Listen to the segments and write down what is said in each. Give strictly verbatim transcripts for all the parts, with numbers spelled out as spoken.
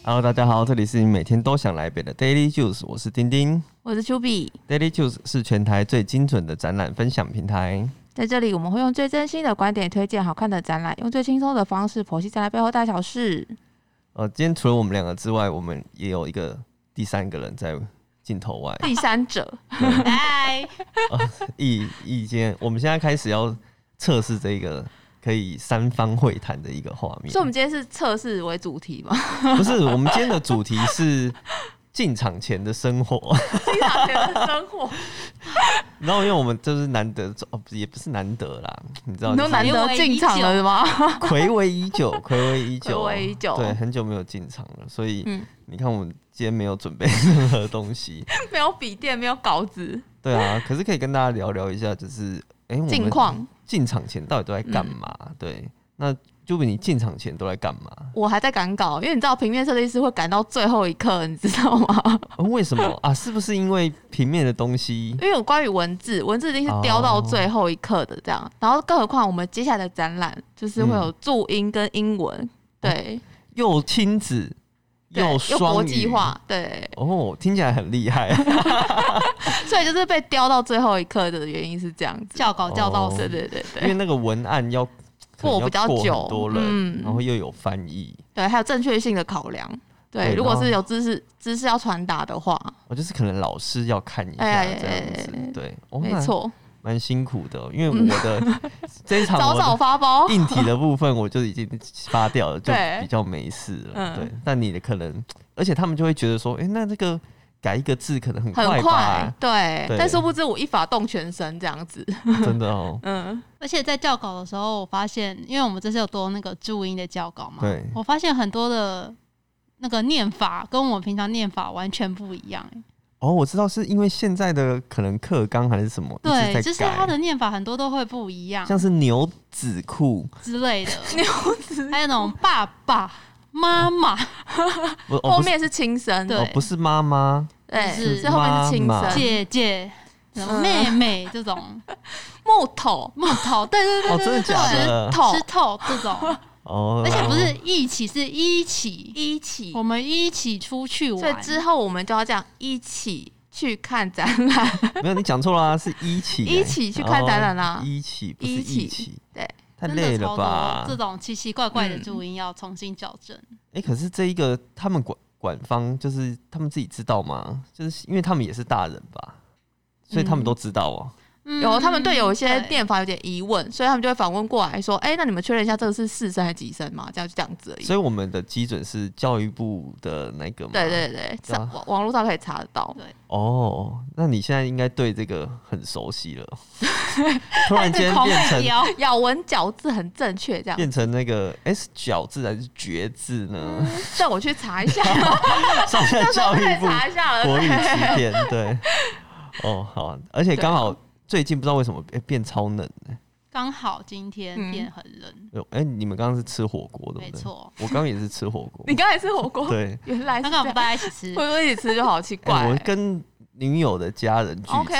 Hello， 大家好，这里是你每天都想来北的 Daily Juice， 我是丁丁， 我是丘比。 Daily Juice 是全台最精准的展览分享平台， 在这里我们会用最真心的观点推荐好看的展览，用最轻松的方式剖析展览背后大小事。呃， 今天除了我们两个之外，我们也有一个第三个人在镜头外， 第三者。 嗨， 意意见，我们现在开始要测试这个可以三方会谈的一个画面。 所以我们今天是测试为主题吗？ 不是，我们今天的主题是进场前的生活。 进场前的生活。 然后因为我们就是难得，哦，也不是难得啦，你知道， 你都难得进场了吗？ 睽违已久，睽违已久， 睽违已久， 对，很久没有进场了，所以、嗯、你看我们今天没有准备任何东西， 没有笔电，没有稿子。 对啊，可是可以跟大家聊聊一下，就是哎， 近况， 进场前到底都在干嘛？嗯、对，那就比你进场前都在干嘛？ 我还在赶稿，因为你知道平面设计师会赶到最后一刻，你知道吗？ 嗯、为什么啊？是不是因为平面的东西？ 因为有关于文字，文字一定是雕到最后一刻的这样。哦、然后更何况我们接下来的展览就是会有注音跟英文，嗯、对， 又亲子又双语又国际化，对。 哦，听起来很厉害。 所以就是被雕到最后一刻的原因是这样子， 校稿校到死， 对对对对， 因为那个文案要。 过比较久， 很多人、嗯，然后又有翻译， 对，还有正确性的考量。对，对如果是有知识知识要传达的话， 我就是可能老师要看一下这样子，哎哎哎对，哦、 没错， 蛮辛苦的，因为我的、嗯、这一场早早发包， 硬体的部分我就已经发掉了，就比较没事了。对，嗯、但你的可能，而且他们就会觉得说，哎、欸，那这个。改一个字可能很快吧， 很快，对，对但殊不知我一发动全身这样子， 真的哦。 嗯，而且在校稿的时候，我发现，因为我们这次有多那个注音的校稿嘛， 对， 我发现很多的那个念法跟我们平常念法完全不一样。 哦，我知道是因为现在的可能课纲还是什么， 对，就是它的念法很多都会不一样， 像是牛仔裤之类的， 牛仔， 还有那种爸爸。妈妈， 后面是轻声， 对，哦、不是妈妈， 对， 是是后面是轻声， 姐姐、嗯、妹妹这种， 木头， 木头，对对对对对， 哦、真的假的？ 石头，石头这种，哦，而且不是一起，是一起， 一起， 我们一起出去玩， 所以之后我们就要这样一起去看展览。 没有，你讲错了啊，是一起， 一起去看展览啦， 一起，不是一起， 对。 太累了吧！ 这种奇奇怪怪的注音要重新矫正。 哎、嗯欸，可是这一个他们管管方就是他们自己知道吗？就是因为他们也是大人吧，所以他们都知道哦。 嗯、有，他们对有一些念法有点疑问，所以他们就会反问过来说：“哎、欸，那你们确认一下，这个是四声还是几声嘛？”这样就这样子而已。 所以我们的基准是教育部的那个嘛？ 对对对，网网络上可以查得到。 对。 哦，那你现在应该对这个很熟悉了。突然间变成咬文嚼字很正确，这样变成那个 S 咬字还是绝字呢？ 让、嗯、我去查一下， 上下教育部查一下了国语词典。对，哦好，而且刚好最近不知道为什么变超冷呢？ 刚好今天变很冷。 哎、嗯欸，你们刚刚是吃火锅对不对？ 没错， 我刚刚也是吃火锅。 你刚才吃火锅？ 对， 原来刚刚不大家一起吃， 我一起吃就好奇怪、欸欸。我跟女友的家人聚餐 ，OK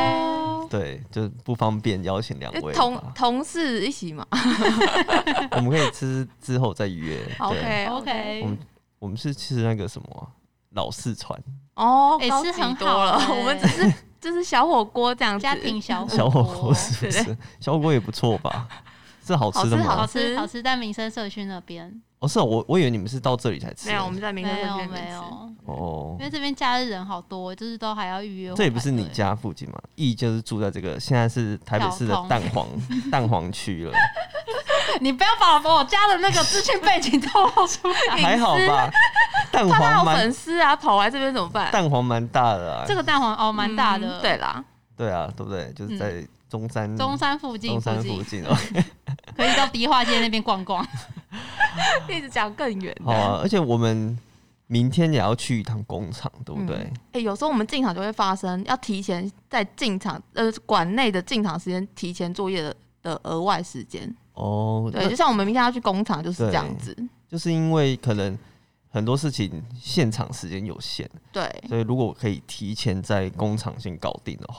OK， 对，就不方便邀请两位同同事一起嘛。 我们可以吃之后再约。 OK OK， 我们我们是吃那个什么老四川哦， 哎、欸，是很多了。我们只是就是小火锅这样子， 家庭小火锅， 小火锅是不是？对对小火锅也不错吧？是好吃的吗？ 好吃好吃，在民生社区那边。 哦，是哦，我我以为你们是到这里才吃。 没有，我们在民生社区没有。 哦， 因为这边假日人好多，就是都还要预约。 这也不是你家附近嘛？义就是住在这个，现在是台北市的蛋黄蛋黄区了。 你不要把我家的那个资讯背景透露出来。 还好吧？蛋黄蛮粉丝啊，跑来这边怎么办？ 蛋黄蛮大的啊。 这个蛋黄哦，蛮大的、 嗯。对啦。 对啊，对不对？就是在中山。 嗯、中山附近。 中山附近哦。 可以到迪化街那边逛逛。 一直讲更远。 好啊，而且我们明天也要去一趟工厂，对不对？哎、 嗯欸，有时候我们进场就会发生要提前在进场，呃，馆内的进场时间提前作业的的额外时间。哦，对，就像我们明天要去工厂就是这样子。 就是因为可能很多事情现场时间有限， 对， 所以如果可以提前在工厂先搞定的话，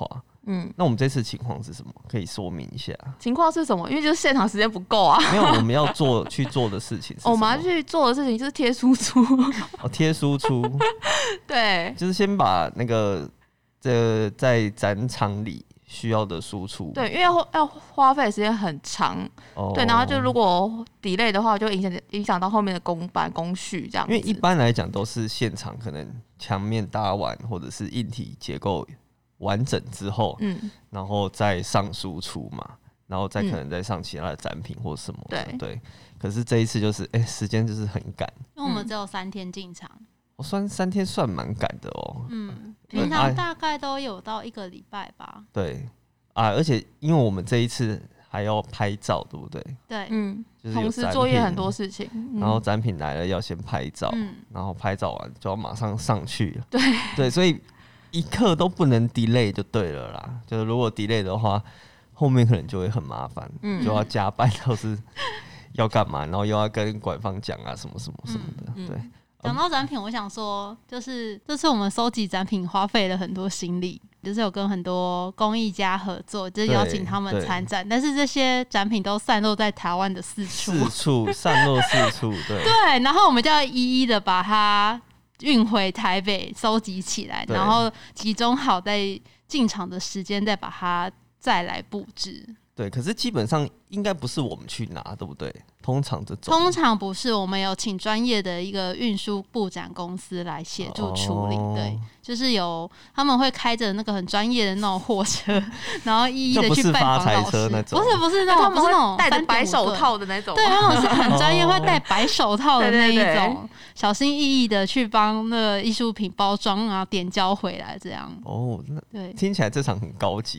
嗯，那我们这次情况是什么？可以说明一下。 情况是什么？因为就是现场时间不够啊。 没有，我们要做去做的事情是什么？ 我们要去做的事情就是贴输出。 哦，贴输出。 对， 就是先把那个这在展场里需要的输出。 对，因为要花费的时间很长。哦。对，然后就如果 delay 的话，就影响影响到后面的工班工序这样子。 因为一般来讲都是现场可能墙面搭完或者是硬体结构完整之后，嗯，然后再上输出嘛，然后再可能再上其他的展品或什么的，嗯、对。可是这一次就是，哎、欸，时间就是很赶， 因为我们只有三天进场， 我、嗯、算三天算蛮赶的哦。 嗯，平常大概都有到一个礼拜吧。 对啊，而且因为我们这一次还要拍照，对不对？ 对， 嗯，就是同时作业很多事情， 嗯、然后展品来了要先拍照，嗯、然后拍照完就要马上上去了。 对对，所以。一刻都不能 delay 就对了啦，就是如果 delay 的话，后面可能就会很麻烦，嗯、就要加班，都是要干嘛，然后又要跟馆方讲啊，什么什么什么的。嗯、对， 讲到展品，我想说，就是这次我们收集展品花费了很多心力，就是有跟很多工艺家合作，就是邀请他们参展，但是这些展品都散落在台湾的四处， 四处散落四处，对对，然后我们就要一一的把它运回台北收集起来，然后集中好在进场的时间再把它再来布置。 对，可是基本上应该不是我们去拿，对不对？通常这种通常不是，我们有请专业的一个运输布展公司来协助处理。哦、对，就是有他们会开着那个很专业的那种货车，然后一一的去拜访老师。不是不是那种，不是那种戴着白手套的那种。 对，那种是很专业，会戴白手套的那一种，对对对，小心翼翼的去帮那个艺术品包装啊，点胶回来这样。 哦，那对，听起来这场很高级。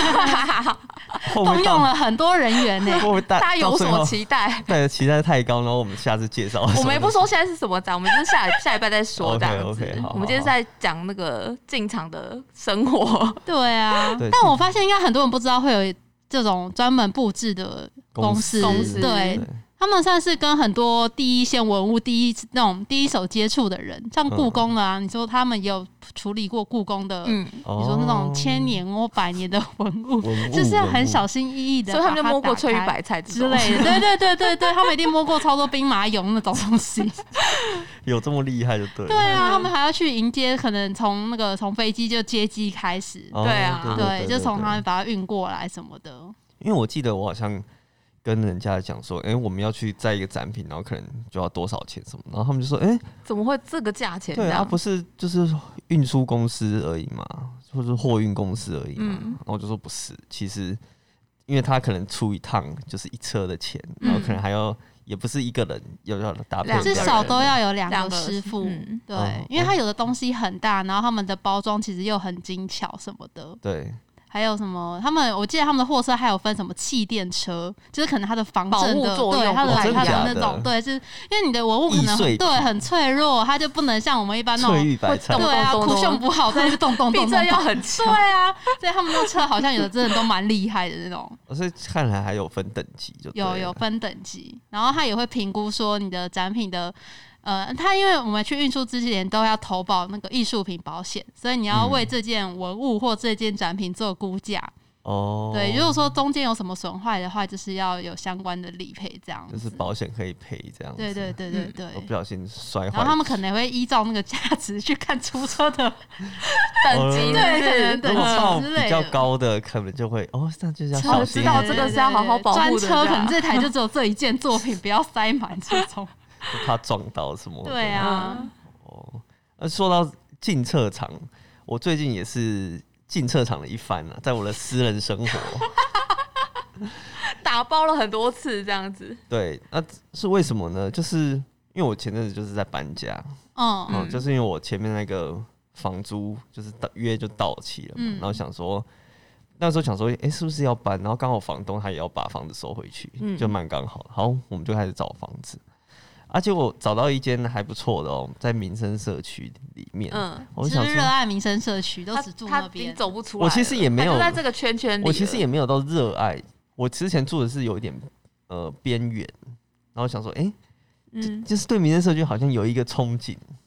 动用了很多人员呢、欸， 大家有所期待。 对，期待太高，然后我们下次介绍。 我们也不说现在是什么展，我们就是下下礼拜再说这样子。 okay, okay, 好好好， 我们今天是在讲那个进场的生活。 对啊，对，但我发现应该很多人不知道会有这种专门布置的公司。 公司对。 对，他们算是跟很多第一线文物、第一那种第一手接触的人，像故宫啊，嗯、你说他们也有处理过故宫的，嗯，你说那种千年或百年的文物，文物就是要很小心翼翼的， 所以他们就摸过翠玉白菜之类的，对对对对对，他们一定摸过超多兵马俑那种东西， 有这么厉害就对了。 对啊，他们还要去迎接，可能从那个从飞机就接机开始， 哦、 对啊， 对，对对对对，就从他们把它运过来什么的。 因为我记得我好像跟人家讲说，哎、欸，我们要去载一个展品，然后可能就要多少钱什么，然后他们就说，哎、欸， 怎么会这个价钱？ 对啊，不是就是运输公司而已嘛，或者货运公司而已嘛。嗯、然后我就说不是，其实因为他可能出一趟就是一车的钱，然后可能还要、嗯、也不是一个人要要搭配， 至少都要有两个师傅。嗯、对、哦，因为他有的东西很大，然后他们的包装其实又很精巧什么的。 对。 还有什么？他们我记得他们的货车还有分什么气垫车，就是可能它的防震的，对它的它的那种，对，是因为你的文物可能对很脆弱，它就不能像我们一般那种对啊，苦胸不好在那个动动动， 避震要很强， 对啊，所以他们那车好像有的真的都蛮厉害的那种。 所以看来还有分等级就，就有有分等级，然后他也会评估说你的展品的。呃，他因为我们去运输之前都要投保那个艺术品保险，所以你要为这件文物或这件展品做估价。哦、嗯，对，如果说中间有什么损坏的话，就是要有相关的理赔，这样子。 就是保险可以赔这样子。 对对对对对。 我、嗯、不小心摔坏。 然后他们可能会依照那个价值去看出车的等级， 哦、 对，可能等级之类的。 比较高的可能就会哦，那就是要小心。 知道这个是要好好保护的。 专车可能这台就只有这一件作品，不要塞满这种。 怕撞到什么？ 对啊。 哦，那说到进测场，我最近也是进测场了一番啊，在我的私人生活， 打包了很多次这样子。 对，那是为什么呢？就是因为我前阵子就是在搬家，嗯嗯，就是因为我前面那个房租就是约就到期了嘛，嗯、然后想说。那时候想说，哎、欸，是不是要搬？然后刚好房东他也要把房子收回去，嗯、就蛮刚好的。好，我们就开始找房子。而且我找到一间还不错的哦，在民生社区里面。嗯， 我想热爱民生社区，都只住那边， 走不出来。 我其实也没有就在这个圈圈里。 我其实也没有到热爱。我之前住的是有一点呃边缘，然后想说，哎、欸，嗯，就是对民生社区好像有一个憧憬。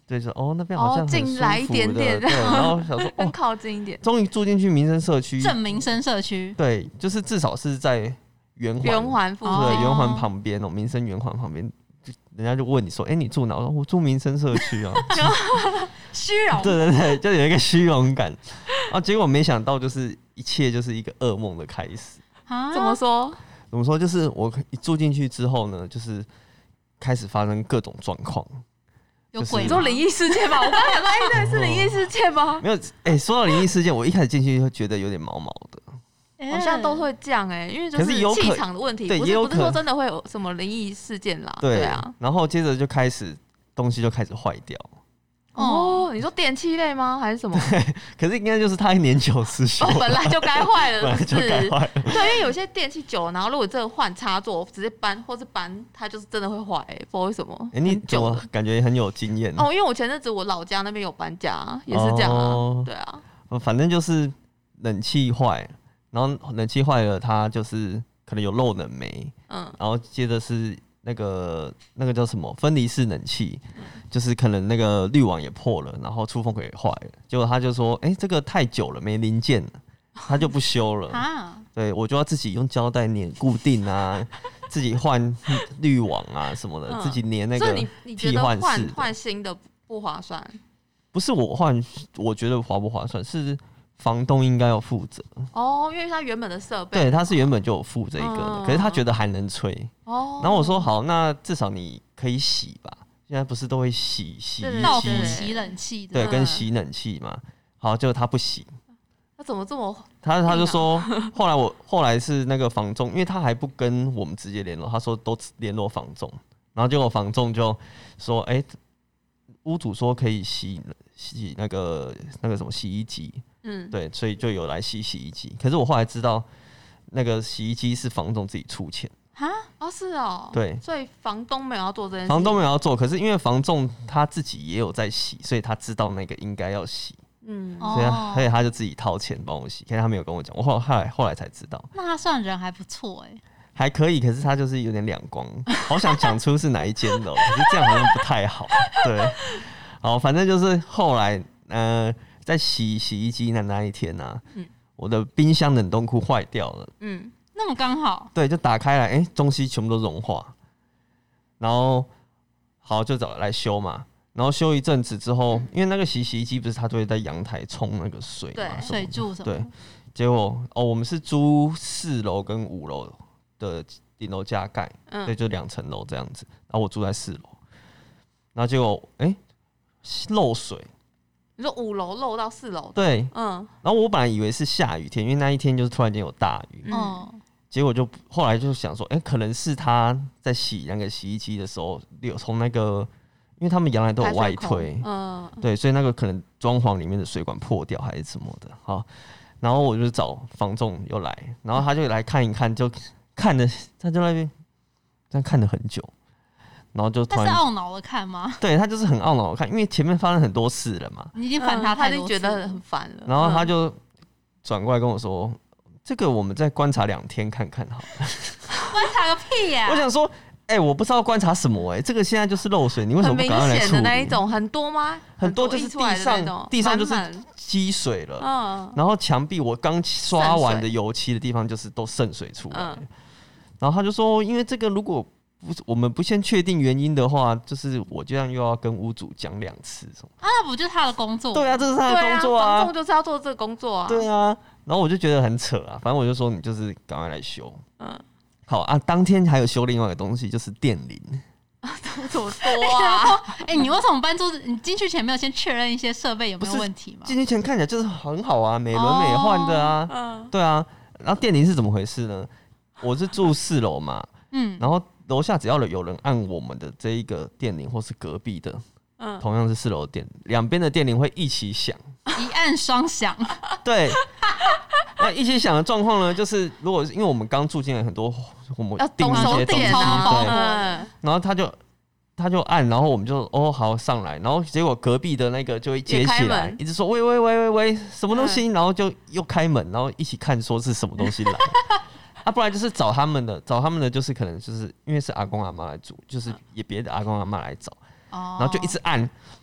对，说哦那边好像很舒服的， 进来一点点， 对，然后想说哦更靠近一点， 终于住进去民生社区， 正民生社区， 对，就是至少是在圆环圆环附近， 对，圆环旁边哦，民生圆环旁边，人家就问你说，哎、欸，你住哪？我说我住民生社区啊， 虚荣， 对对对，就有一个虚荣感，然后结果没想到就是一切就是一个噩梦的开始啊？怎么说？ 怎么说？就是我一住进去之后呢，就是开始发生各种状况。 有鬼吗？ 你说灵异事件吧？我刚才想说，哎、欸，那是灵异事件吗？ 没有，哎、欸，说到灵异事件，我一开始进去会觉得有点毛毛的。 好像都会这样哎、欸，因为就是气场的问题，不是不是说真的会有什么灵异事件啦。 对, 对啊， 然后接着就开始东西就开始坏掉。 哦，你说电器类吗？还是什么？ 对，可是应该就是它年久失修、 哦，本来就该坏了， 本来就该坏了。 对，因为有些电器久了，然后如果这个换插座，直接搬或是搬，它就是真的会坏、欸，不知道为什么。 哎、欸，你怎么感觉很有经验？ 哦，因为我前阵子我老家那边有搬家，也是这样啊。哦、对啊， 反正就是冷气坏，然后冷气坏了，它就是可能有漏冷媒，嗯，然后接着是那个那个叫什么分离式冷气。嗯，就是可能那个滤网也破了，然后出风口也坏了，结果他就说：“哎、欸，这个太久了，没零件了，他就不修了。啊”对，我就要自己用胶带粘固定啊，自己换滤网啊什么的，嗯、自己粘那个替换式。 换新的不划算？ 不是我换，我觉得划不划算是房东应该要负责。 哦，因为他原本的设备， 对，他是原本就有附这一个的，嗯、可是他觉得还能吹。哦，然后我说好，那至少你可以洗吧。现在不是都会洗洗衣机、 洗冷气的， 对，跟洗冷气嘛。好，结果他不洗， 他怎么这么？ 他他就说，后来我后来是那个房仲，因为他还不跟我们直接联络，他说都联络房仲，然后结果房仲就说，哎、欸，屋主说可以洗洗那个那个什么洗衣机，嗯，对，所以就有来洗洗衣机。可是我后来知道，那个洗衣机是房仲自己出钱。 啊，哦是哦， 对， 所以房东没有要做这件事， 房东没有要做，可是因为房仲他自己也有在洗，所以他知道那个应该要洗，嗯，所以他所以他就自己掏钱帮我洗，可是他没有跟我讲，我后来后来才知道， 那他算人还不错哎、欸， 还可以，可是他就是有点两光，好想讲出是哪一间的，可是这样好像不太好，对，好，反正就是后来呃在洗洗衣机的那一天呢、啊，嗯，我的冰箱冷冻库坏掉了，嗯。 那么刚好， 对，就打开来，哎、欸，东西全部都融化，然后好就找来修嘛，然后修一阵子之后，因为那个洗洗衣机不是它都会在阳台冲那个水嘛， 对，水柱什么， 对，结果哦，我们是租四楼跟五楼的顶楼加盖，嗯，对，就两层楼这样子，然后我住在四楼，然后结果哎、欸、漏水。 你说五楼漏到四楼， 对，嗯，然后我本来以为是下雨天，因为那一天就是突然间有大雨，嗯，结果就后来就想说，哎、欸，可能是他在洗那个洗衣机的时候，有从那个，因为他们原来都有外推，嗯，对，所以那个可能装潢里面的水管破掉还是什么的，好，然后我就找房仲又来，然后他就来看一看，就看了，他就在那边这样看了很久。然后就突然， 他是懊恼的看吗？ 对，他就是很懊恼的看，因为前面发生很多事了嘛， 你已经烦他太多次了， 嗯，他已经觉得很烦了。 然后他就转过来跟我说：“嗯、这个我们再观察两天看看好了。” 观察个屁呀、啊！ 我想说，哎、欸，我不知道观察什么哎、欸，这个现在就是漏水，你为什么不赶快来处理？ 很明显的那一种很多吗？ 很多就是地上地上就是积水了，嗯，然后墙壁我刚刷完的油漆的地方就是都渗水出来，嗯、然后他就说，因为这个如果不，我们不先确定原因的话，就是我这样又要跟屋主讲两次什么啊？那不就是他的工作？ 对啊，这是他的工作啊， 房仲就是要做这个工作啊。 对啊，然后我就觉得很扯啊，反正我就说你就是赶快来修。嗯，好啊，当天还有修另外一个东西，就是电铃。 怎么多啊？ 哎、欸，你为什么搬出？你进去前没有先确认一些设备有没有问题吗？ 进去前看起来就是很好啊，美轮美奂的啊。哦、对啊，然后电铃是怎么回事呢？我是住四楼嘛，嗯，然后。楼下只要有人按我们的这一个电铃，或是隔壁的，嗯，同样是四楼电，两边的电铃会一起响， 一按双响。 对，那一起响的状况呢，就是如果因为我们刚住进来很多，我们订一些东西， 啊、 对，然后他就他就按，然后我们就哦好上来，然后结果隔壁的那个就会接起来，一直说喂喂喂喂喂什么东西，嗯、然后就又开门，然后一起看说是什么东西来。啊，不然就是找他们的，找他们的就是可能就是因为是阿公阿妈来煮，就是也别的阿公阿妈来找，哦、然后就一直按，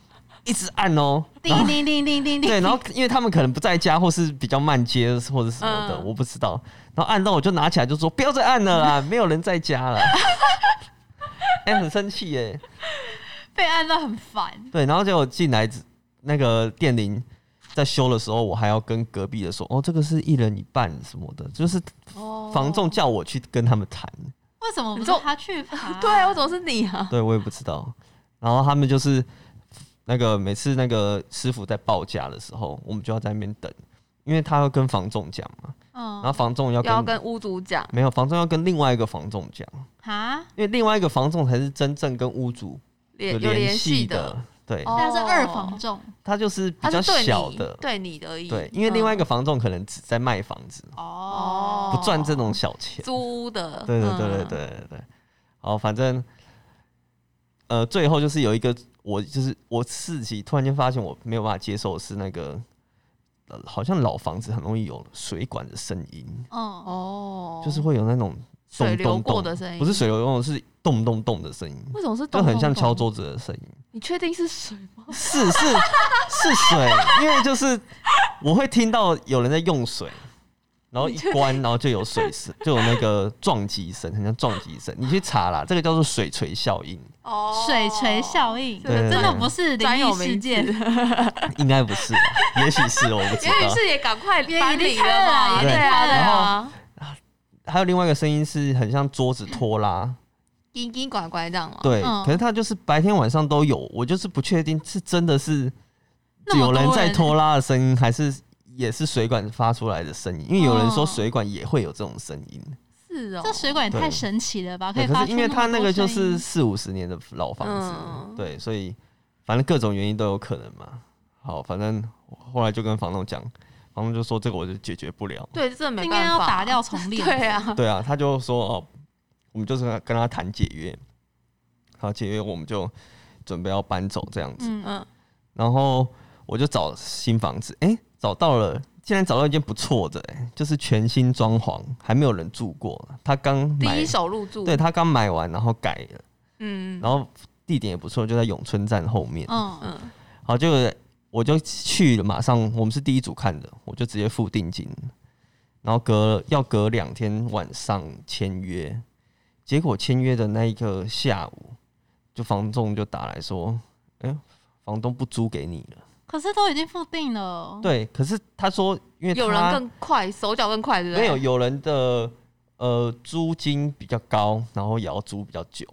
一直按哦， 叮叮叮叮叮叮。 对，然后因为他们可能不在家，或是比较慢接或者什么的，嗯、我不知道。然后按到我就拿起来就说不要再按了啦，没有人在家了。哎、欸，很生气耶， 被按到很烦。 对，然后结果进来那个电铃在修的时候，我还要跟隔壁的说，哦，这个是一人一半什么的，就是房仲叫我去跟他们谈。 为什么不是他去爬？ 对，为什么是你啊？ 对，我也不知道。然后他们就是那个每次那个师傅在报价的时候，我们就要在那边等，因为他要跟房仲讲嘛。嗯。然后房仲要跟要跟屋主讲， 没有，房仲要跟另外一个房仲讲。 哈？ 因为另外一个房仲才是真正跟屋主有联系的。对， 那是二房仲， 他就是比较小的， 对你的而已。 对，因为另外一个房仲可能只在卖房子，哦，不赚这种小钱， 租屋的。 对对对对对对对。好，反正呃，最后就是有一个，我就是我自己突然间发现我没有办法接受的是那个，呃，好像老房子很容易有水管的声音，哦，就是会有那种水流过的声音， 不是水流过，是动动动的声音。 为什么是动动动？ 就很像敲桌子的声音。 你确定是水吗？ 是是是水，因为就是我会听到有人在用水，然后一关，然后就有水声，就有那个撞击声，很像撞击声。你去查啦，这个叫做水锤效应。 哦，水锤效应，真的不是灵异事件， 应该不是吧？也许是，我不知道。 也许是，也赶快搬离了嘛。对啊，对啊。 还有另外一个声音是很像桌子拖拉。 叽叽拐拐这样吗？ 对，嗯、可是它就是白天晚上都有，我就是不确定是真的是有人在拖拉的声音，还是也是水管发出来的声音。因为有人说水管也会有这种声音。 是哦， 这水管也太神奇了吧？可以发出那么多声音。 可是因为它那个就是四五十年的老房子，嗯、对，所以反正各种原因都有可能嘛。好，反正后来就跟房东讲，房东就说这个我就解决不了。 对，这没办法， 应该要打掉重练。 对啊， 对啊，他就说哦。我们就是跟他谈解约，好解约我们就准备要搬走这样子，嗯，然后我就找新房子，哎、欸，找到了，竟然找到一间不错的、欸，就是全新装潢，还没有人住过，他刚第一手入住， 对他刚买完，然后改了，嗯，然后地点也不错，就在永春站后面，嗯嗯，好，就我就去了，马上我们是第一组看的，我就直接付定金，然后隔要隔两天晚上签约。结果签约的那一个下午，就房仲就打来说：“哎、欸，房东不租给你了。” 可是都已经付定了。 对，可是他说，因为他有人更快，手脚更快，对不对？ 没有，有人的呃租金比较高，然后也要租比较久。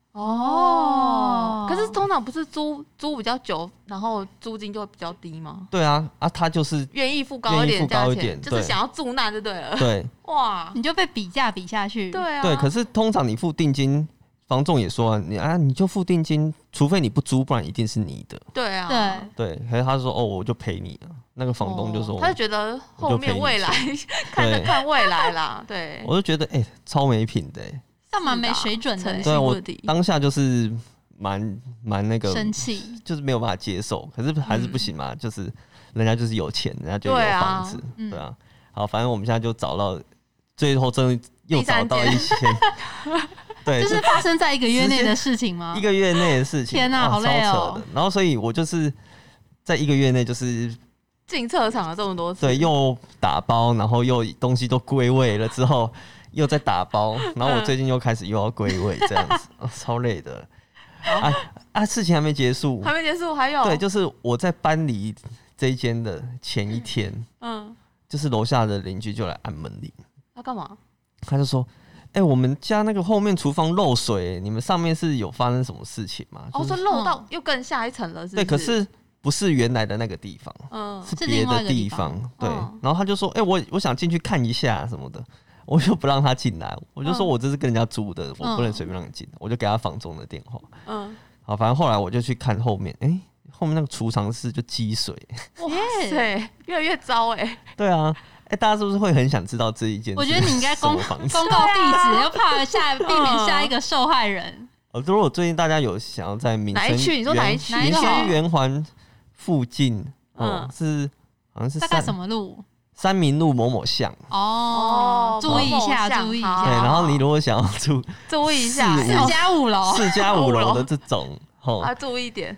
哦，可是通常不是租租比较久，然后租金就会比较低吗？ 对啊，啊，他就是愿意付高一点价钱，就是想要住那就对了。 对， 哇， 你就被比价比下去。 对啊， 对，可是通常你付定金，房仲也说、啊、你啊，你就付定金，除非你不租，不然一定是你的。 对啊， 对对，可是他说哦，我就赔你了。那个房东就说，哦、 他就觉得后面未来看着看未来啦。对， 我就觉得哎、欸，超没品的、欸。 干嘛没水准的、欸？ 对，我当下就是蛮蛮那个生气， 就是没有办法接受，可是还是不行嘛，嗯、就是人家就是有钱，人家就有房子，对啊。对啊好，反正我们现在就找到，最后真的又找到一些，对， 这是发生在一个月内的事情吗？ 一个月内的事情， 天哪、啊，好累哦。 然后，所以我就是在一个月内就是进测场了这么多次， 对，又打包，然后又东西都归位了之后。又在打包，然后我最近又开始又要归位，这样子、哦，超累的。啊啊，事情还没结束， 还没结束，还有对， 就是我在搬离这一间的前一天，嗯，就是楼下的邻居就来按门铃。 他干嘛？ 他就说：“哎、欸，我们家那个后面厨房漏水，你们上面是有发生什么事情吗？” 哦，说漏到又更下一层了，是不是？ 对，可是不是原来的那个地方，嗯，是别的地方。对，嗯、然后他就说：“哎、欸，我我想进去看一下什么的。”我就不让他进来，我就说我这是跟人家租的，嗯、我不能随便让你进，我就给他房仲的电话。嗯，好，反正后来我就去看后面，哎、欸，后面那个储藏室就积水， 哇塞，越来越糟哎、欸。 对啊，哎、欸，大家是不是会很想知道这一件事？ 我觉得你应该公公告地址，又怕下避免下一个受害人。 呃，如果最近大家有想要在民生哪一区？你说哪一区？ 民生圆环附近，嗯，是好像是大概什么路？ 三民路某某巷哦，注意一下，注意一下。 对，然后你如果想要住， 注意一下， 四加五楼， 四加五楼的这种， 哦，要注意一点。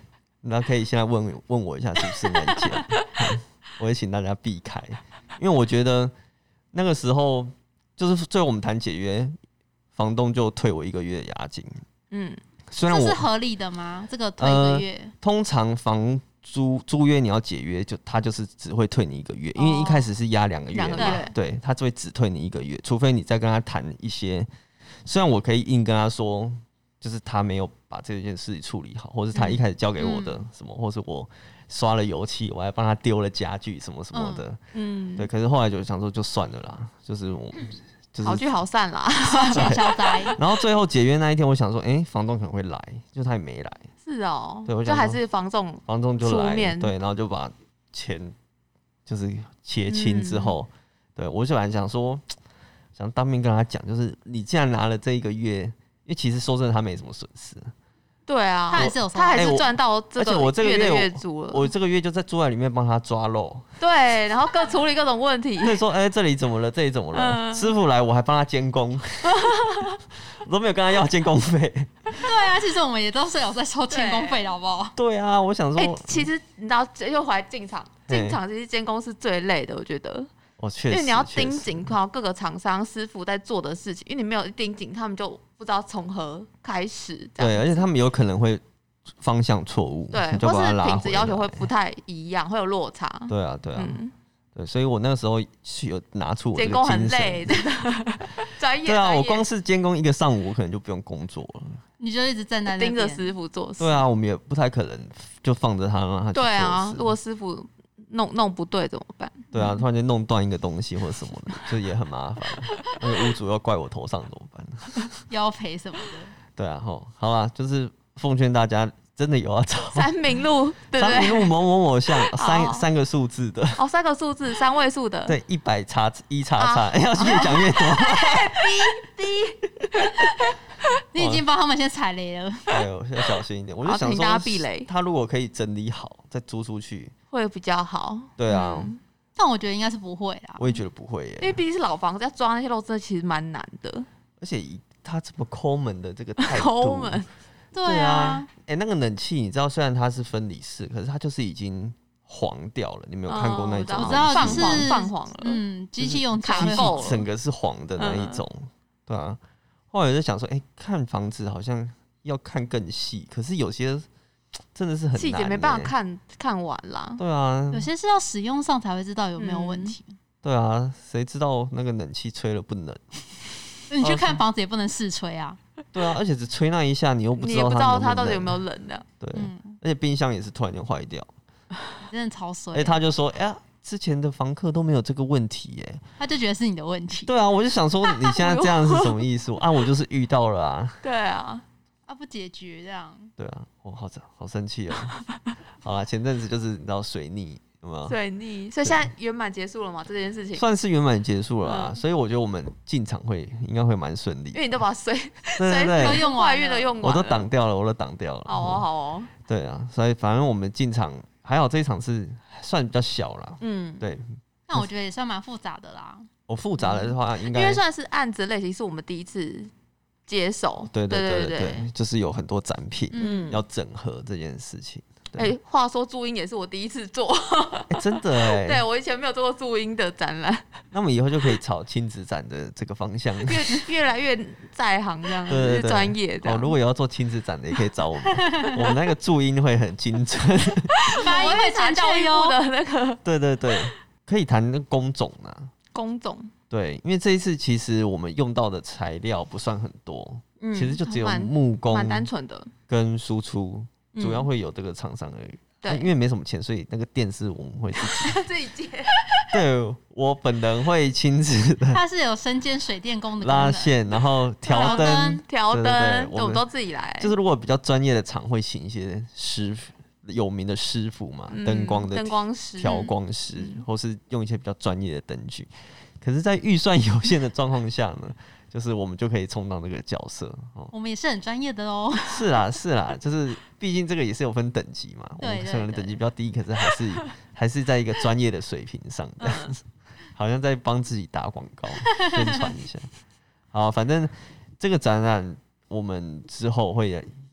那可以现在问问我一下是不是那件、嗯，我会请大家避开，因为我觉得那个时候就是最后我们谈解约，房东就退我一个月的押金。嗯，虽然我这是合理的吗？这个退一个月， 呃、通常房租租约你要解约，就他就是只会退你一个月，因为一开始是压两个月嘛， 哦、 对，他就会只退你一个月，除非你再跟他谈一些。虽然我可以硬跟他说，就是他没有把这件事处理好，或是他一开始交给我的什么，嗯、或是我刷了油漆，我还帮他丢了家具什么什么的，嗯，对。可是后来就想说，就算了啦，就是我。就是、 好聚好散啦， 消灾。 然后最后解约那一天，我想说，哎、欸，房东可能会来，就他也没来。 是哦， 对，我就还是房仲， 房仲就来，对，然后就把钱就是结清之后，嗯、对我就本来想说，想当面跟他讲，就是你既然拿了这一个月，因为其实说真的，他没什么损失。 对啊， 他还是有， 他还是赚到这个月的月租了。 我, 我这个月就在住在里面帮他抓漏， 对，然后各处理各种问题。 可以说，哎、欸，这里怎么了？这里怎么了？嗯、师傅来，我还帮他监工，我都没有跟他要监工费。 对啊，其实我们也都是有在收监工费的，好不好？ 对啊，我想说， 欸、其实你知道，又回来进场，进场其实监工是最累的，我觉得。 哦，确实， 因为你要盯紧看各个厂商师傅在做的事情，因为你没有盯紧，他们就不知道从何开始。 对，而且他们有可能会方向错误， 对，或是品质要求会不太一样，会有落差。 对啊，对啊，嗯、对，所以我那个时候是有拿出我这个监工很累，真的，专业。 对啊，我光是监工一个上午，我可能就不用工作了。 你就一直站在那盯着师傅做事。 对啊，我们也不太可能就放着他让他去做事。 对啊，如果师傅弄弄不对怎么办？ 对啊，突然间弄断一个东西或者什么的，就也很麻烦。那个屋主要怪我头上怎么办？ 要赔什么的？ 对啊，吼，好啦，就是奉劝大家，真的有要找三民路，对不对？ 三民路某某某巷，三三个数字的。 哦，三个数字，三位数的。 对，一百叉一叉叉，要越讲越多。 逼逼， 你已经帮他们先踩雷了。 哎呦，要小心一点。我就想说， 大家避雷。 他如果可以整理好，再租出去， 会比较好。 对啊。 嗯，但我觉得应该是不会啦。 我也觉得不会耶， 因为毕竟是老房子，要抓那些漏，真的其实蛮难的。 而且以他这么抠门的这个态度， 抠门， 对啊。 哎、欸，那个冷气，你知道，虽然它是分离式，可是它就是已经黄掉了。你没有看过那种？ 我知道， 泛黄泛黄了。 嗯，机器用卡够整个是黄的那一种，嗯、对啊。后来我就想说，哎、欸，看房子好像要看更细，可是有些真的是很难、欸， 细节没办法看看完啦。 对啊， 有些是要使用上才会知道有没有问题。嗯、 对啊，谁知道那个冷气吹了不冷？ 你去看房子也不能试吹啊。 对啊，而且只吹那一下，你又不知道它能不能冷， 你也不知道它到底有没有冷的。 对，嗯、而且冰箱也是突然间坏掉， 真的超衰。 哎，他就说，哎呀，之前的房客都没有这个问题耶， 他就觉得是你的问题。 对啊，我就想说，你现在这样是什么意思？啊，我就是遇到了啊。 对啊， 啊不解决这样。 对啊，我好好生气哦。好啦，前阵子就是你知道水逆。 水逆，所以现在圆满结束了吗？这件事情算是圆满结束了啦，嗯、所以我觉得我们进场会应该会蛮顺利， 因为你都把水水都用完，怀孕都用完， 我都挡掉了，我都挡掉了。 好哦，好哦。 对啊，所以反正我们进场还好，这一场是算比较小啦。嗯，对。 但我觉得也算蛮复杂的啦。 我复杂的话，应该因为算是案子类型，是我们第一次接手。 对对对 对, 对，就是有很多展品，嗯，要整合这件事情。 哎、欸，话说注音也是我第一次做， 欸、真的哎、欸， 对我以前没有做过注音的展览。 那么以后就可以朝亲子展的这个方向， 越越来越在行这样，越专业的。 哦，如果有要做亲子展的，也可以找我们，我们那个注音会很精准， 发音会谈教育部的那个。 对对对，可以谈那工种啊， 工种。 对，因为这一次其实我们用到的材料不算很多，嗯、其实就只有木工， 蛮单纯的， 跟输出。主要会有这个厂商而已，对、嗯，因为没什么钱，所以那个电是我们会自己自己接。 对，我本人会亲自的， 它是有身兼水电工的拉线，然后调灯、 调灯，我们都自己来。 就是如果比较专业的厂会请一些师傅，有名的师傅嘛，灯、嗯、光的灯光师、 调光师，嗯、或是用一些比较专业的灯具。可是，在预算有限的状况下呢？就是我们就可以充当这个角色、哦、 我们也是很专业的哦。 是啦是啦，就是毕竟这个也是有分等级嘛。 对对对， 我们可能等级比较低，可是还是还是在一个专业的水平上这样子，嗯、好像在帮自己打广告宣传一下。好，反正这个展览我们之后会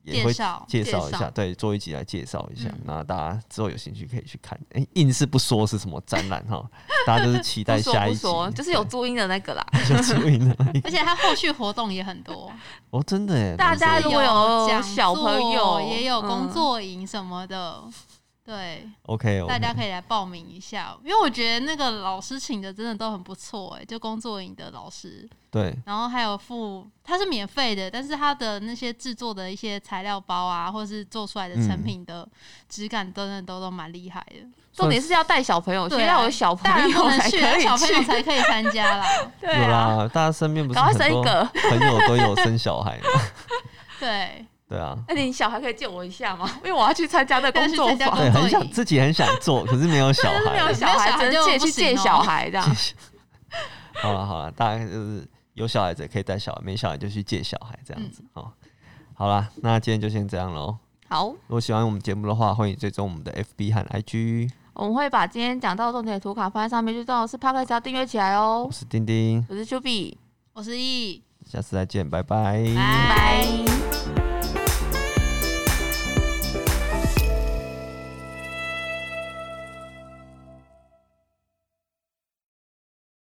也会介绍一下，对，做一集来介绍一下。那、嗯、大家之后有兴趣可以去看。哎、欸，硬是不说是什么展览哈，大家就是期待下一集。 不说不说，就是有注音的那个啦， 有注音的。 而且它后续活动也很多哦，真的耶！ 大家如果有小朋友， 也有工作营什么的。嗯对 ，OK，, okay. 大家可以来报名一下，因为我觉得那个老师请的真的都很不错哎，就工作营的老师， 对， 然后还有付，他是免费的，但是他的那些制作的一些材料包啊，或是做出来的成品的质感，真的都都蛮厉害的。 重点是要带小朋友，需要有小朋友才可以去， 小朋友才可以参加啦。 对啊， 有啦，大家身边不是很多朋友都有生小孩吗？ 对。 对啊， 那你小孩可以借我一下吗？因为我要去参加那工作坊， 对，很想自己很想做，可是没有小孩， 没有小孩，只能借去借小孩这样。 好了好了，大概就是有小孩子可以带小孩，没小孩就去借小孩这样子。嗯、哦，好啦，那今天就先这样喽。 好， 如果喜欢我们节目的话，欢迎追踪我们的 F B 和 I G。 我们会把今天讲到重点的图卡放在上面，就最好是 Podcast 要订阅起来哦。 我是丁丁， 我是 Chubby， 我是 E， 下次再见，拜拜， 拜拜。